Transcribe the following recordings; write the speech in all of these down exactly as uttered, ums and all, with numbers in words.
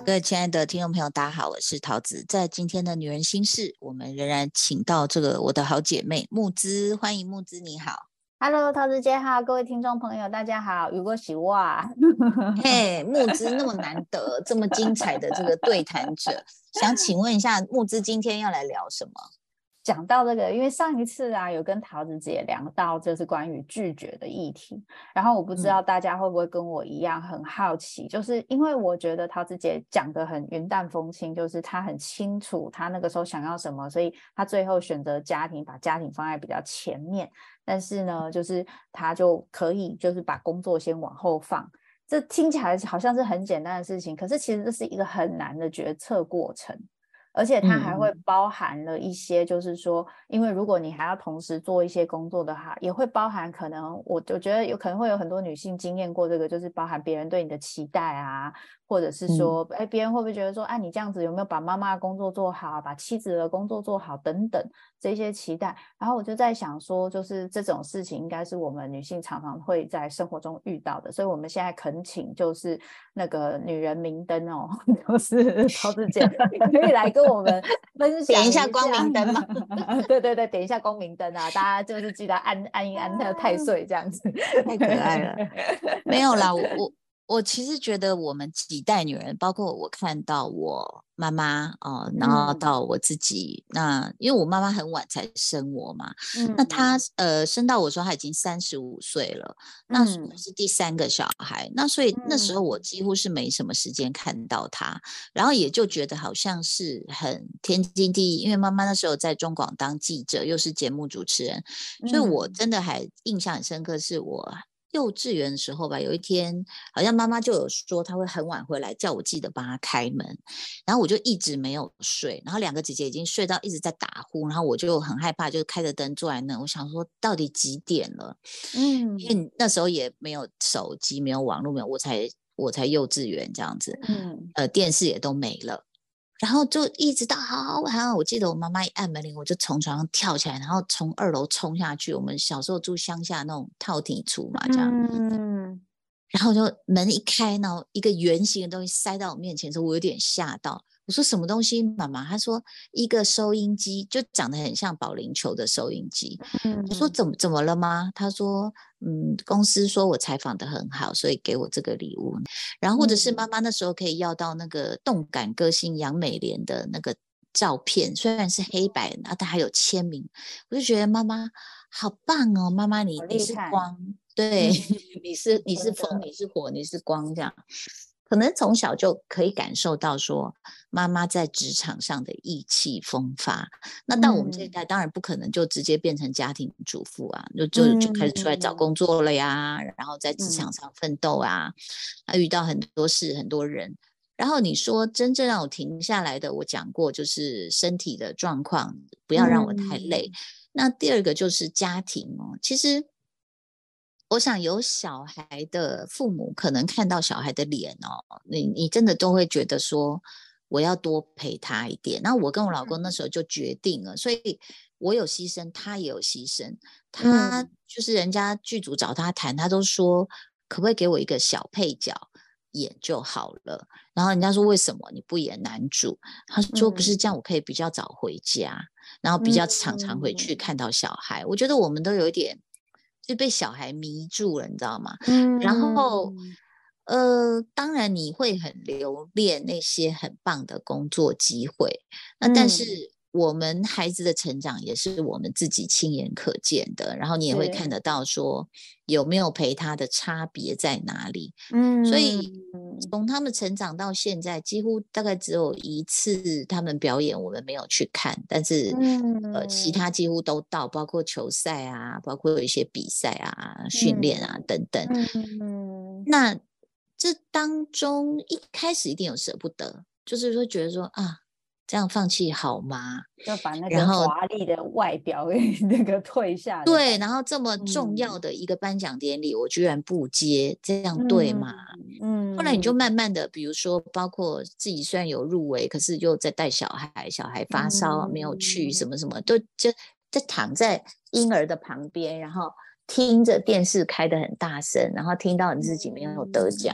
各位亲爱的听众朋友大家好，我是桃子。在今天的女人心事，我们仍然请到这个我的好姐妹慕姿，欢迎慕姿，你好。 Hello， 桃子姐好，各位听众朋友大家好，如果喜哇， 嘿，慕姿那么难得，这么精彩的这个对谈者，想请问一下，慕姿今天要来聊什么？ 讲到这个，因为上一次啊有跟桃子姐聊到就是关于拒绝的议题，然后我不知道大家会不会跟我一样很好奇，嗯、就是因为我觉得桃子姐讲得很云淡风轻，就是她很清楚她那个时候想要什么，所以她最后选择家庭，把家庭放在比较前面，但是呢就是她就可以就是把工作先往后放，这听起来好像是很简单的事情，可是其实这是一个很难的决策过程，而且它还会包含了一些就是说、嗯、因为如果你还要同时做一些工作的话，也会包含可能我我觉得有可能会有很多女性经验过这个，就是包含别人对你的期待啊，或者是说哎，别人会不会觉得说啊你这样子有没有把妈妈的工作做好，把妻子的工作做好等等这些期待，然后我就在想说就是这种事情应该是我们女性常常会在生活中遇到的，所以我们现在恳请就是那个女人明灯哦，就是桃子姐可以来跟我们分享点一下光明灯吗？ 对对对，点一下光明灯啊，大家就是记得按按一按那个太岁这样子， 太可爱了。没有啦，我我我其实觉得我们几代女人，包括我看到我妈妈哦、呃，然后到我自己，嗯、那因为我妈妈很晚才生我嘛，嗯、那她呃生到我说她已经三十五岁了，那我是第三个小孩，嗯、那所以那时候我几乎是没什么时间看到她，然后也就觉得好像是很天经地义，因为妈妈那时候在中广当记者，又是节目主持人，所以我真的还印象很深刻，是我幼稚园的时候吧，有一天好像妈妈就有说她会很晚回来，叫我记得帮她开门，然后我就一直没有睡，然后两个姐姐已经睡到一直在打呼，然后我就很害怕，就开着灯坐在那，我想说到底几点了？嗯，因为那时候也没有手机，没有网络，没有，我才我才幼稚园这样子，嗯，呃，电视也都没了。然后就一直到好晚，我记得我妈妈一按门铃，我就从床上跳起来，然后从二楼冲下去。我们小时候住乡下那种套体厝嘛，这样。嗯。然后就门一开，然后一个圆形的东西塞到我面前的时候，我有点吓到。我说什么东西，妈妈？她说一个收音机，就长得很像保龄球的收音机。嗯、我说怎么怎么了吗？她说嗯，公司说我采访得很好，所以给我这个礼物。然后或者是妈妈那时候可以要到那个动感歌星杨美莲的那个照片，虽然是黑白，然后她还有签名，我就觉得妈妈好棒哦，妈妈你你是光，对，嗯、你是你是风，你是火，你是光，这样。可能从小就可以感受到说妈妈在职场上的意气风发，那到我们这一代当然不可能就直接变成家庭主妇啊，就就就开始出来找工作了呀，然后在职场上奋斗啊，他遇到很多事很多人，然后你说真正让我停下来的，我讲过就是身体的状况不要让我太累，那第二个就是家庭哦，其实我想有小孩的父母可能看到小孩的脸哦，你你真的都会觉得说我要多陪他一点。那我跟我老公那时候就决定了，所以我有牺牲，他也有牺牲。他就是人家剧组找他谈，他都说可不可以给我一个小配角演就好了。然后人家说为什么你不演男主？他说不是这样，我可以比较早回家，然后比较常常回去看到小孩。我觉得我们都有一点就被小孩迷住了，你知道吗？嗯，然后呃，当然你会很留恋那些很棒的工作机会，那但是我们孩子的成长也是我们自己亲眼可见的，然后你也会看得到说有没有陪他的差别在哪里。嗯，所以从他们成长到现在，几乎大概只有一次他们表演我们没有去看，但是、嗯、呃，其他几乎都到，包括球赛啊，包括有一些比赛啊、训练啊、嗯、等等。嗯，那这当中一开始一定有舍不得，就是说觉得说啊，这样放弃好吗？ 就把那个华丽的外表那个退下。 对，然后这么重要的一个颁奖典礼，嗯、我居然不接，这样对吗？嗯，后来你就慢慢的，比如说，包括自己虽然有入围，可是又在带小孩，小孩发烧、嗯、没有去，什么什么，都就就躺在婴儿的旁边，然后听着电视开得很大声，然后听到你自己没有得奖。嗯，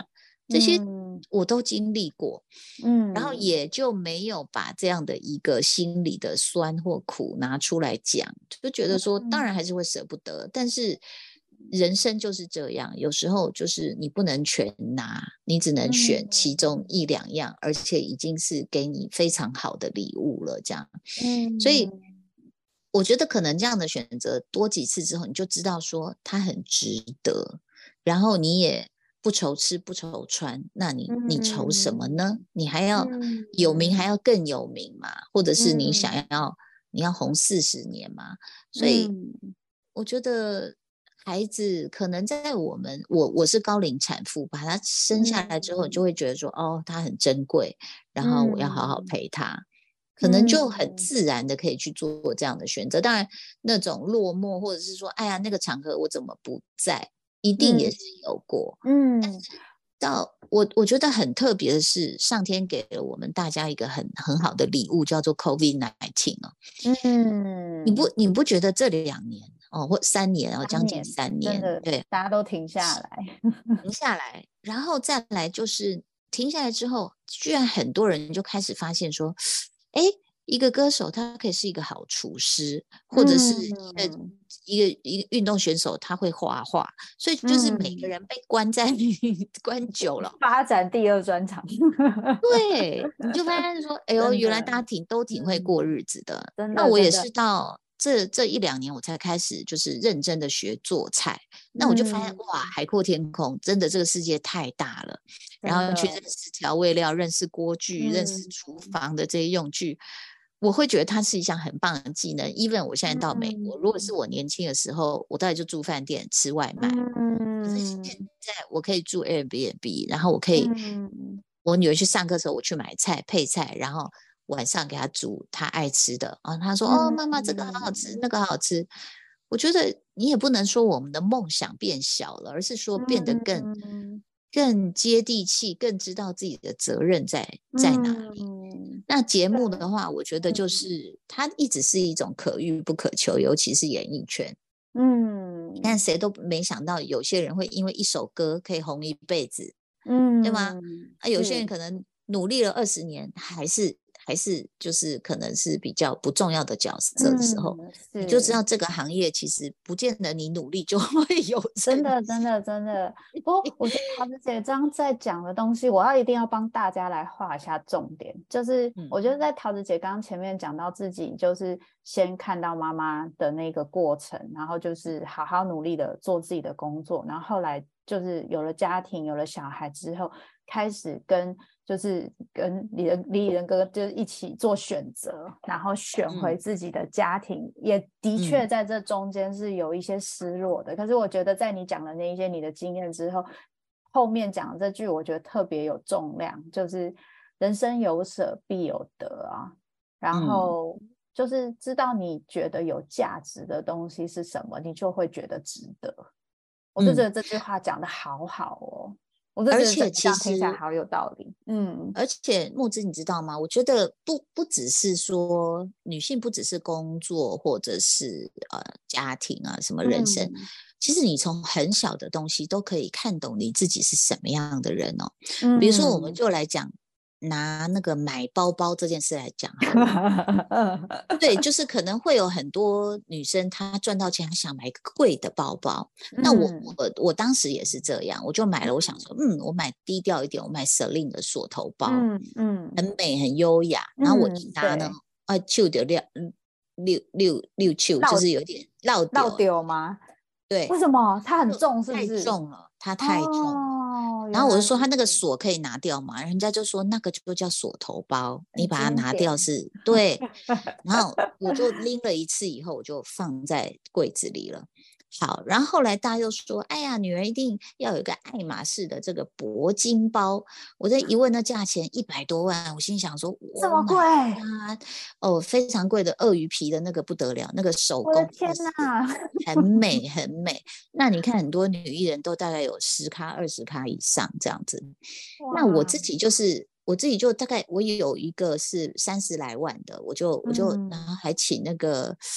这些嗯我都经历过， 嗯， 然后也就没有把这样的一个心里的酸或苦拿出来讲，就觉得说当然还是会舍不得，但是人生就是这样，有时候就是你不能全拿，你只能选其中一两样，而且已经是给你非常好的礼物了，这样。所以嗯我觉得可能这样的选择多几次之后，你就知道说它很值得，然后你也不愁吃不愁穿，那你你愁什么呢？你还要有名，还要更有名嘛？或者是你想要你要红四十年嘛？所以我觉得孩子可能在我们我我是高龄产妇，把他生下来之后，你就会觉得说哦，他很珍贵，然后我要好好陪他。可能就很自然的可以去做这样的选择。当然，那种落寞或者是说，哎呀，那个场合我怎么不在，一定也是有过。 嗯， 但是到我我觉得很特别的是，上天给了我们大家一个很很好的礼物，叫做 COVID 十九 哦。 嗯， 你不你不觉得这两年哦，或三年哦，将近三年三年， 真的对， 大家都停下来， 停下来，然后再来就是停下来之后，居然很多人就开始发现说，哎，一个歌手他可以是一个好厨师，或者是一个、 嗯一个一个运动选手，他会画画，所以就是每个嗯， 人被关在关久了， 发展第二专场， 对，你就发现说，哎呦， 真的， 原来大家挺都挺会过嗯， 日子的。 真那我也的真的， 是到这这一两年，我才开始就是认真的学做菜。那我就发现， 嗯， 哇，海阔天空，真的这个世界太大了。然后去真的， 认识调味料，认识锅具，认识嗯厨房的这些用具，我会觉得它是一项很棒的技能。even 我现在到美国，如果是嗯我年轻的时候，我大概就住饭店吃外卖。可是现嗯在我可以住 Airbnb，然后我可以， 嗯我女儿去上课的时候，我去买菜配菜，然后晚上给她煮她爱吃的啊。她说：“哦，妈妈，这个好好吃， 嗯那个好好吃。”我觉得你也不能说我们的梦想变小了，而是说变得更嗯更接地气，更知道自己的责任在在哪里。 嗯， 那节目的对， 话，我觉得就嗯是它一直是一种可遇不可求，尤其是演艺圈。但嗯谁都没想到，有些人会因为一首歌可以红一辈子，对吗？ 嗯， 啊，有些人是， 可能努力了二十年，还是还是就是可能是比较不重要的角色的时候， 嗯你就知是。 道这个行业其实不见得你努力就会有成真的，真绩。 的，真的。不过，我觉得桃子姐这样在讲的东西，我要一定要帮大家来画一下重点。就是嗯我觉得在桃子姐刚刚前面讲到自己，就是先看到妈妈的那个过程，然后就是好好努力的做自己的工作，然后后来就是有了家庭，有了小孩之后，开始跟就是跟李仁李仁哥就是一起做选择，然后选回嗯自己的家庭，也的确嗯在这中间是有一些失落的。可是我觉得在你讲的那一些你的经验之后，后面讲的这句我觉得特别有重量，就是人生有舍必有得啊。然嗯后就是知道你觉得有价值的东西是什么，你就会觉得值得。我就觉嗯， 得这句话讲的好好哦。我就觉得整个这而且其样听起来实好有道理。嗯而且木之，你知道吗？我觉得不不只是说女性，不只是工作或者是呃家庭啊，什么人生， 嗯其实你从很小的东西都可以看懂你自己是什么样的人哦。比如说，我们嗯， 就来讲拿那个买包包这件事来讲好了。对，就是可能会有很多女生，她赚到钱，她想买一个贵的包包。那我嗯我我当时也是这样，我就买了。我想嗯说，嗯，我买低调一点，我买 Celine 的锁头包， 嗯嗯很美很优雅。然后我一嗯， 拿呢， 对， 啊，揪的六六六六揪，就是绕有点绕绕掉。 丢吗？为对， 什么？它很就重，是不太是？ 重了，它太重了。 哦， 然后我就原来说他那个如此， 锁可以拿掉嘛，人家就说那个就叫锁头包，你很把它拿掉经典。 是对。然后我就拎了一次以后，我就放在柜子里了。好，然后后来大家又说，哎呀，女儿一定要有一个爱马仕的这个铂金包。我这一问，那价钱一百多万，我心想说，Oh 这么贵？ my god，哦，非常贵的鳄鱼皮的那个不得了，那个手我的工真的是天哪！ 很美很美。那你看很多女艺人都大概有十咖二十咖以上这样子。那我哇， 自己就是我自己就大概我也有一个是三十来万的，我就我就然嗯后还请那个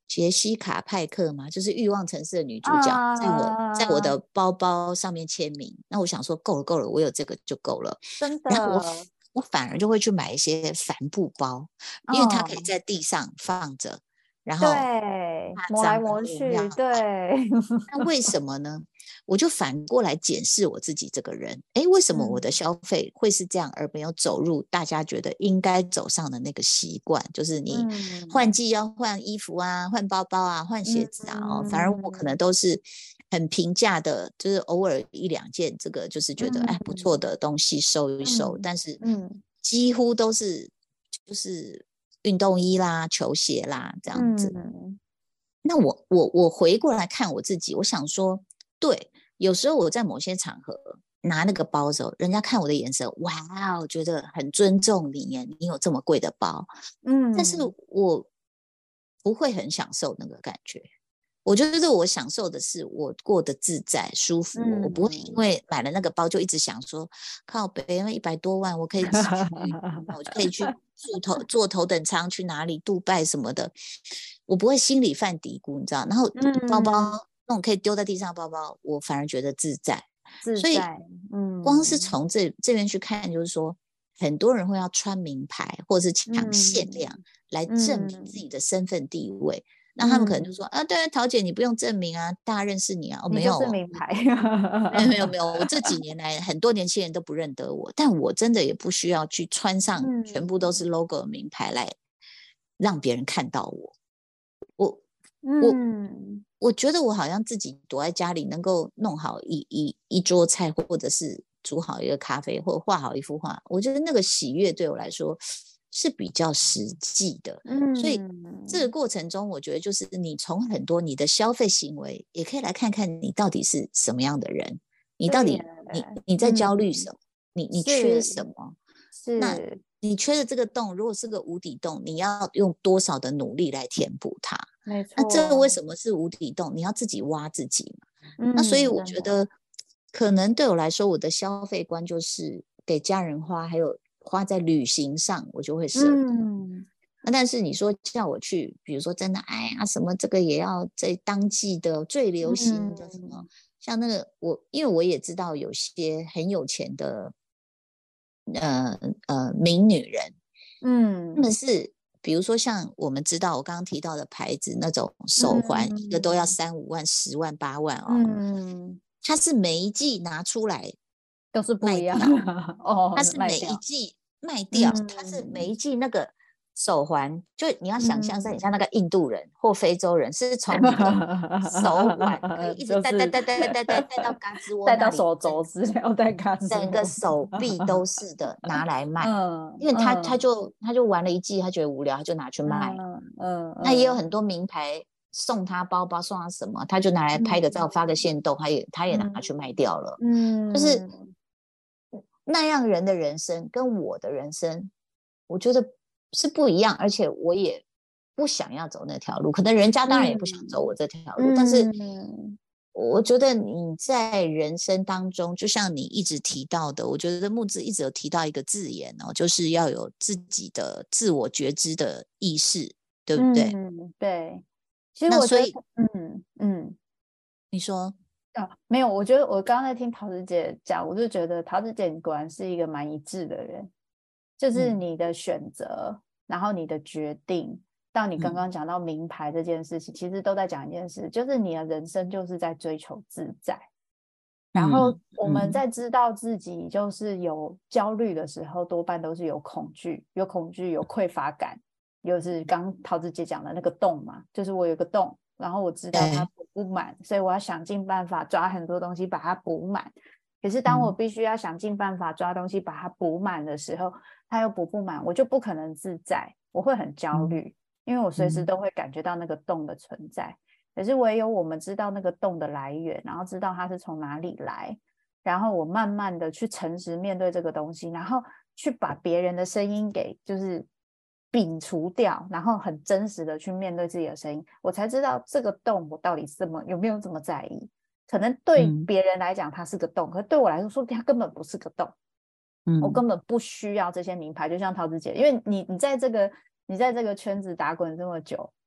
杰西卡派克嘛，就是欲望城市的女主角， 啊， 在我在我的包包上面签名。那我想说够了够了，我有这个就够了。 真然后我的， 我反而就会去买一些帆布包，因为它可以嗯， 在地上放着，然后对，磨来怕脏啊，或者我们磨去， 要对， 那为什么呢？我就反过来检视我自己这个人，诶，为什么我的嗯消费会是这样，而没有走入大家觉得应该走上的那个习惯？就是你嗯换季要换衣服啊，换包包啊，换鞋子啊，哦，反而我可能嗯都是很平价的，就是偶尔一两件，这个就是觉得哎不错嗯的东西收一收， 嗯但是嗯几乎都是就是运动衣啦、球鞋啦这样子。 嗯那我我我回过来看我自己，我想说，对，有时候我在某些场合拿那个包的时候，人家看我的眼神，哇，我觉得很尊重你耶，你有这么贵的包，但是嗯， 我不会很享受那个感觉。我觉得我享受的是我过得自在舒服，我不会因嗯为买了那个包就一直想说，靠北一百多万，我可以去，我就可以去住头坐头等舱去哪里，杜拜什么的，我不会心里犯嘀咕，你知道？然后包包嗯， 那种可以丢在地上的包包，我反而觉得自在。所以自在， 光是嗯从这这边去看，就是说很多人会要穿名牌或者是抢限量嗯来证明自己嗯的身份地位。那他们可能就嗯， 说啊，对啊，桃姐你不用证明啊，大家认识你啊。哦， 你就没有哦， 是名牌， 没有没有没有，我这几年来很多年轻人都不认得我，但我真的也不需要去穿上全部都是嗯 logo 的名牌来让别人看到我。我我嗯， 我觉得我好像自己躲在家里，能够弄好一一一桌菜，或者是煮好一个咖啡，或者画好一幅画，我觉得那个喜悦对我来说是比较实际的。所以这个嗯， 过程中，我觉得就是你从很多你的消费行为，也可以来看看你到底是什么样的人，你到对耶， 底你你在焦虑嗯， 什么，你你缺是什么？那是， 你缺的这个洞，如果是个无底洞，你要用多少的努力来填补它？ 没那这为错， 什么是无底洞？你要自己挖自己嘛。那所以嗯， 我真的， 觉得，可能对我来说，我的消费观就是给家人花，还有花在旅行上，我就会舍得。 嗯那但是你说叫我去，比如说真的，哎呀，什么这个也要在当季的最流行的什么， 嗯像那个我，因为我也知道有些很有钱的，呃呃名女人，他们嗯是比如说像我们知道我刚刚提到的牌子那种手环，一个都要嗯三五万、十万、八万哦， 嗯， 它是每一季拿出来都是不一样的卖掉， 哦， 它是每一卖掉， 季卖掉，它是每一嗯季那个手环，就你要想象是很像嗯， 那个印度人或非洲人，是从你的手腕可以一直就是戴戴戴戴戴戴戴到胳肢窝带到那里， 手整肘资料带嘎吱整个窝， 手臂都是的拿来卖， 嗯因为他他嗯就他就玩了一季，他觉得无聊，他就拿去卖。 嗯嗯那也有嗯很多名牌送他包包，送他什么，他就拿来拍个照，发个嗯限动，他也他也拿去卖嗯掉了。就是嗯， 那样人的人生跟我的人生，我觉得是不一样，而且我也不想要走那条路。可能人家当然也不想走我这条路，但是嗯我觉得你在人生当中，就像你一直提到的，我觉得木子一直有提到一个字眼哦，就是要有自己的自我觉知的意识，对不对？ 嗯，对，其实我觉得， 那所以嗯嗯。 你说， 啊，没有，我觉得我刚刚在听桃子姐讲，我就觉得桃子姐你果然是一个蛮一致的人，就是嗯你的选择，然后你的决定，到你刚嗯刚讲到名牌这件事情，其实都在讲一件事，就是你的人生就是在追求自在。然后嗯我们嗯在知道自己就是有焦虑的时候，多半都是有恐惧，有恐惧，有匮乏感，又是刚桃子姐讲的那个洞嘛，就是我有个洞，然后我知道它对， 补不满，所以我要想尽办法抓很多东西把它补满。可是当我嗯必须要想尽办法抓东西把它补满的时候，它又补不满，我就不可能自在，我会很焦嗯虑，因为我随时嗯都会感觉到那个洞的存在。可是唯有我们知道那个洞的来源，然后知道它是从哪里来，然后我慢慢的去诚实面对这个东西，然后去把别人的声音给就是摒除掉，然后很真实的去面对自己的声音，我才知道这个洞我到底这么有没有这么在意。可能对嗯别人来讲它是个洞，可是对我来说说它根本不是个洞，我嗯根本不需要这些名牌。就像桃子姐，因为你你在这个你在这个圈子打滚这么久，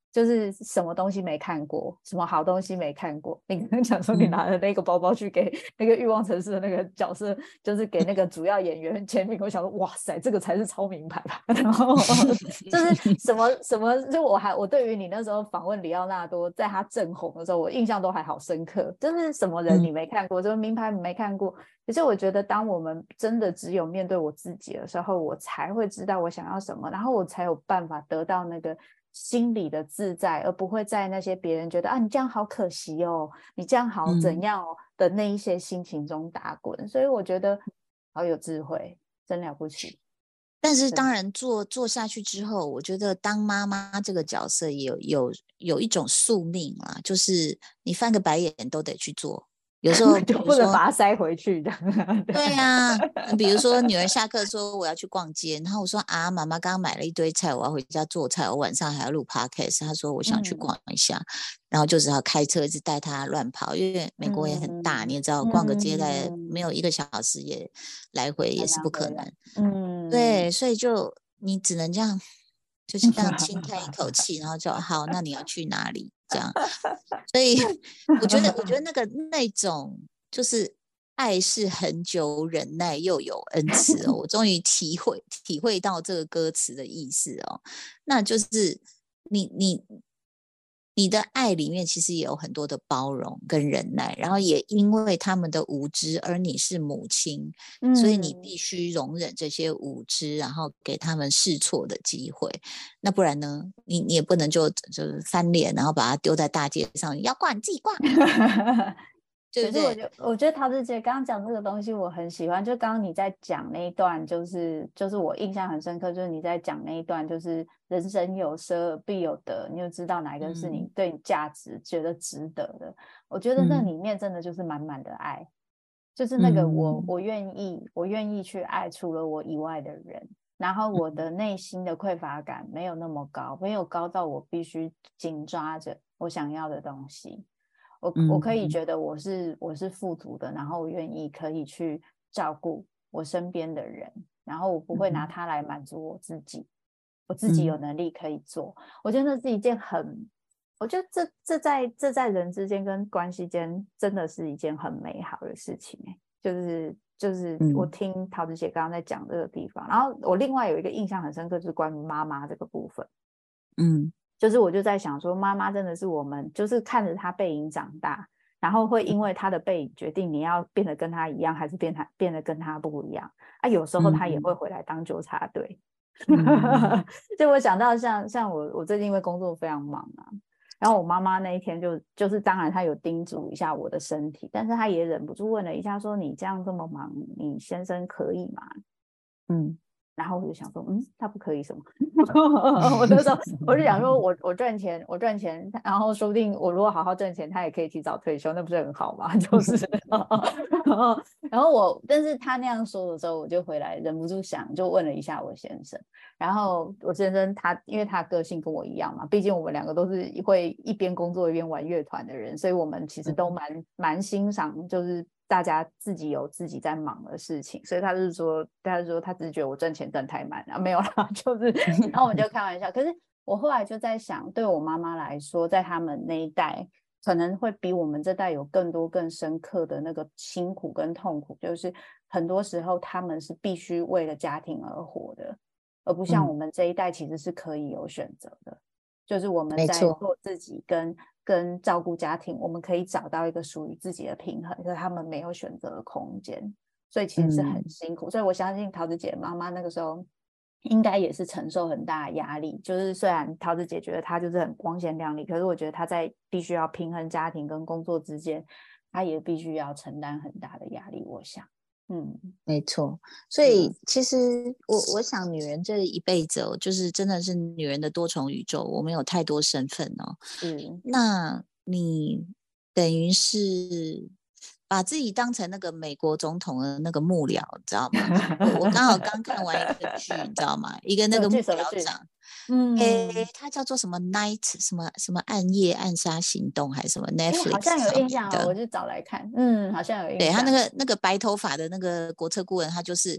就是什么东西没看过，什么好东西没看过。你刚刚讲说你拿了那个包包去给那个欲望城市的那个角色，就是给那个主要演员签名，我想说哇塞，这个才是超名牌吧。然后就是什么什么，就我还我对于你那时候访问里奥纳多，在他正红的时候，我印象都还好深刻。就是什么人你没看过，什么名牌你没看过。可是我觉得，当我们真的只有面对我自己的时候，我才会知道我想要什么，然后我才有办法得到那个心理的自在，而不会在那些别人觉得啊你这样好可惜哦，你这样好怎样哦的那一些心情中打滚。所以我觉得好有智慧，真了不起。 但是当然做做下去之后，我觉得当妈妈这个角色也有有有一种宿命啦，就是你翻个白眼都得去做。有时候就不能把它塞回去的。 对呀、啊，比如说女儿下课说我要去逛街，然后我说啊，妈妈刚刚买了一堆菜，我要回家做菜，我晚上还要录 podcast。她说我想去逛一下，嗯、然后就只好开车一直带她乱跑，因为美国也很大，嗯、你也知道，逛个街在没有一个小时也来回也是不可能。嗯，对，所以就你只能这样，就是这样轻叹一口气，然后就好，那你要去哪里？这样，所以我觉得，我觉得那个那种就是爱是恒久忍耐又有恩慈哦。我终于体会体会到这个歌词的意思哦。那就是你你你的爱里面其实也有很多的包容跟忍耐，然后也因为他们的无知，而你是母亲，嗯、所以你必须容忍这些无知，然后给他们试错的机会。那不然呢，你你也不能就就是翻脸，然后把它丢在大街上，要挂你自己挂。对不对？ 可是我就我觉得陶子姐刚刚讲这个东西我很喜欢，就刚刚你在讲那一段，就是就是我印象很深刻，就是你在讲那一段，就是人生有舍必有得，你就知道哪一个是你对你价值、嗯、觉得值得的。我觉得那里面真的就是满满的爱，嗯、就是那个我我愿意我愿意去爱除了我以外的人，然后我的内心的匮乏感没有那么高，没有高到我必须紧抓着我想要的东西。我, 我可以觉得我是我是富足的，然后我愿意可以去照顾我身边的人，然后我不会拿它来满足我自己，我自己有能力可以做。我觉得那是一件很，我觉得这这在这在人之间跟关系间真的是一件很美好的事情、欸、就是就是我听陶子姐刚刚在讲这个地方，然后我另外有一个印象很深刻，就是关于妈妈这个部分。嗯。就是我就在想说，妈妈真的是我们就是看着她背影长大，然后会因为她的背影决定你要变得跟她一样，还是变她变得跟她不一样啊。有时候她也会回来当纠察队。嗯、就我想到像像我我最近因为工作非常忙啊，然后我妈妈那一天就就是当然她有叮嘱一下我的身体，但是她也忍不住问了一下说，你这样这么忙，你先生可以吗？嗯。然后我就想说，嗯，他不可以什么？我那时候我就想说我，我我赚钱，我赚钱，然后说不定我如果好好赚钱，他也可以提早退休，那不是很好吗？就是，然后，然后我，但是他那样说的时候，我就回来忍不住想，就问了一下我先生。然后我先生他，因为他个性跟我一样嘛，毕竟我们两个都是会一边工作一边玩乐团的人，所以我们其实都蛮蛮欣赏，就是大家自己有自己在忙的事情，所以他是说，他是说他只是觉得我赚钱赚太慢啊，没有啦，就是，然后我们就开玩笑。可是我后来就在想，对我妈妈来说，在他们那一代，可能会比我们这代有更多更深刻的那个辛苦跟痛苦，就是很多时候他们是必须为了家庭而活的，而不像我们这一代其实是可以有选择的，嗯、就是我们在做自己跟。跟照顾家庭，我们可以找到一个属于自己的平衡，可是他们没有选择的空间，所以其实是很辛苦。嗯、所以我相信陶子姐妈妈那个时候应该也是承受很大的压力。就是虽然陶子姐觉得她就是很光鲜亮丽，可是我觉得她在必须要平衡家庭跟工作之间，她也必须要承担很大的压力。我想。嗯， 没错，所以其实我我想女人这一辈子哦，就是真的是女人的多重宇宙，我们有太多身份哦。 嗯， 那你等于是把自己当成那个美国总统的那个幕僚，知道吗？我我刚好刚看完一个剧，你知道吗？一个那个幕僚长。嗯，诶，它叫做什么 Night 什么什么暗夜暗杀行动还是什么 Netflix 好像有印象哦，我就找来看。嗯，好像有印象。 对，他那个那个白头发的那个国策顾问，他就是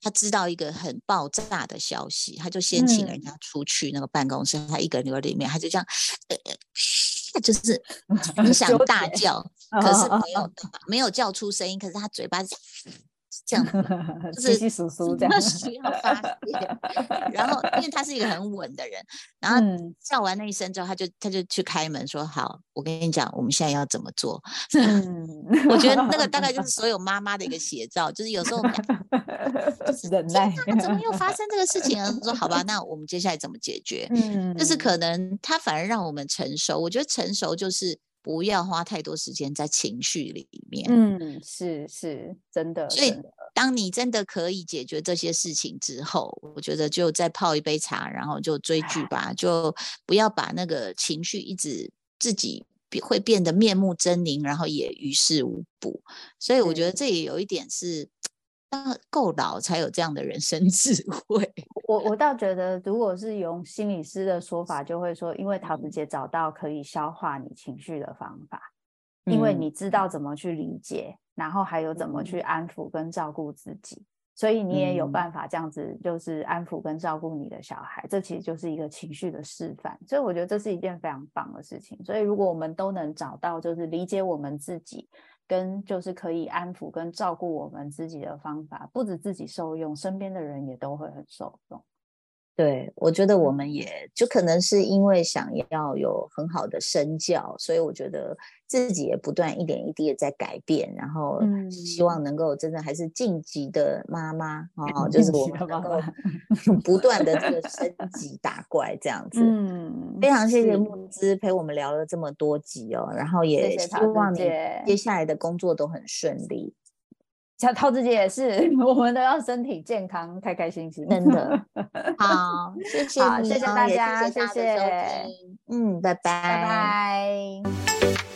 他知道一个很爆炸的消息，他就先请人家出去那个办公室，嗯、他一个人留在里面，他就这样，呃、就是很想大叫，可是没有没有叫出声音，可是他嘴巴这样就是稀稀疏疏这样， 需要发泄。然后因为他是一个很稳的人，然后叫完那一声之后，他就他就去开门说：“好，我跟你讲，我们现在要怎么做。嗯”我觉得那个大概就是所有妈妈的一个写照，就是有时候我们就是忍耐， 怎么又发生这个事情了？说好吧，那我们接下来怎么解决？嗯，就是可能他反而让我们成熟。我觉得成熟就是不要花太多时间在情绪里面。 嗯，是是，真的。 所以当你真的可以解决这些事情之后，我觉得就再泡一杯茶，然后就追剧吧，就不要把那个情绪一直自己会变得面目狰狞，然后也于事无补。所以我觉得这也有一点是够老才有这样的人生智慧。 我我倒觉得，如果是用心理师的说法，就会说，因为桃子姐找到可以消化你情绪的方法，因为你知道怎么去理解，然后还有怎么去安抚跟照顾自己，所以你也有办法这样子就是安抚跟照顾你的小孩，这其实就是一个情绪的示范。所以我觉得这是一件非常棒的事情。所以如果我们都能找到就是理解我们自己跟就是可以安抚跟照顾我们自己的方法，不止自己受用，身边的人也都会很受用。 对，我觉得我们也就可能是因为想要有很好的身教，所以我觉得自己也不断一点一滴的在改变，然后希望能够真的还是晋级的妈妈、嗯哦、就是我们能够不断的这个升级打怪这样子。嗯，非常谢谢慕姿陪我们聊了这么多集哦，然后也希望你接下来的工作都很顺利。 像桃子姐也是，我们都要身体健康，开开心心。 真的，好，谢谢你、哦， 好，谢谢大家， 谢谢大家的收听，嗯，拜拜， 拜拜。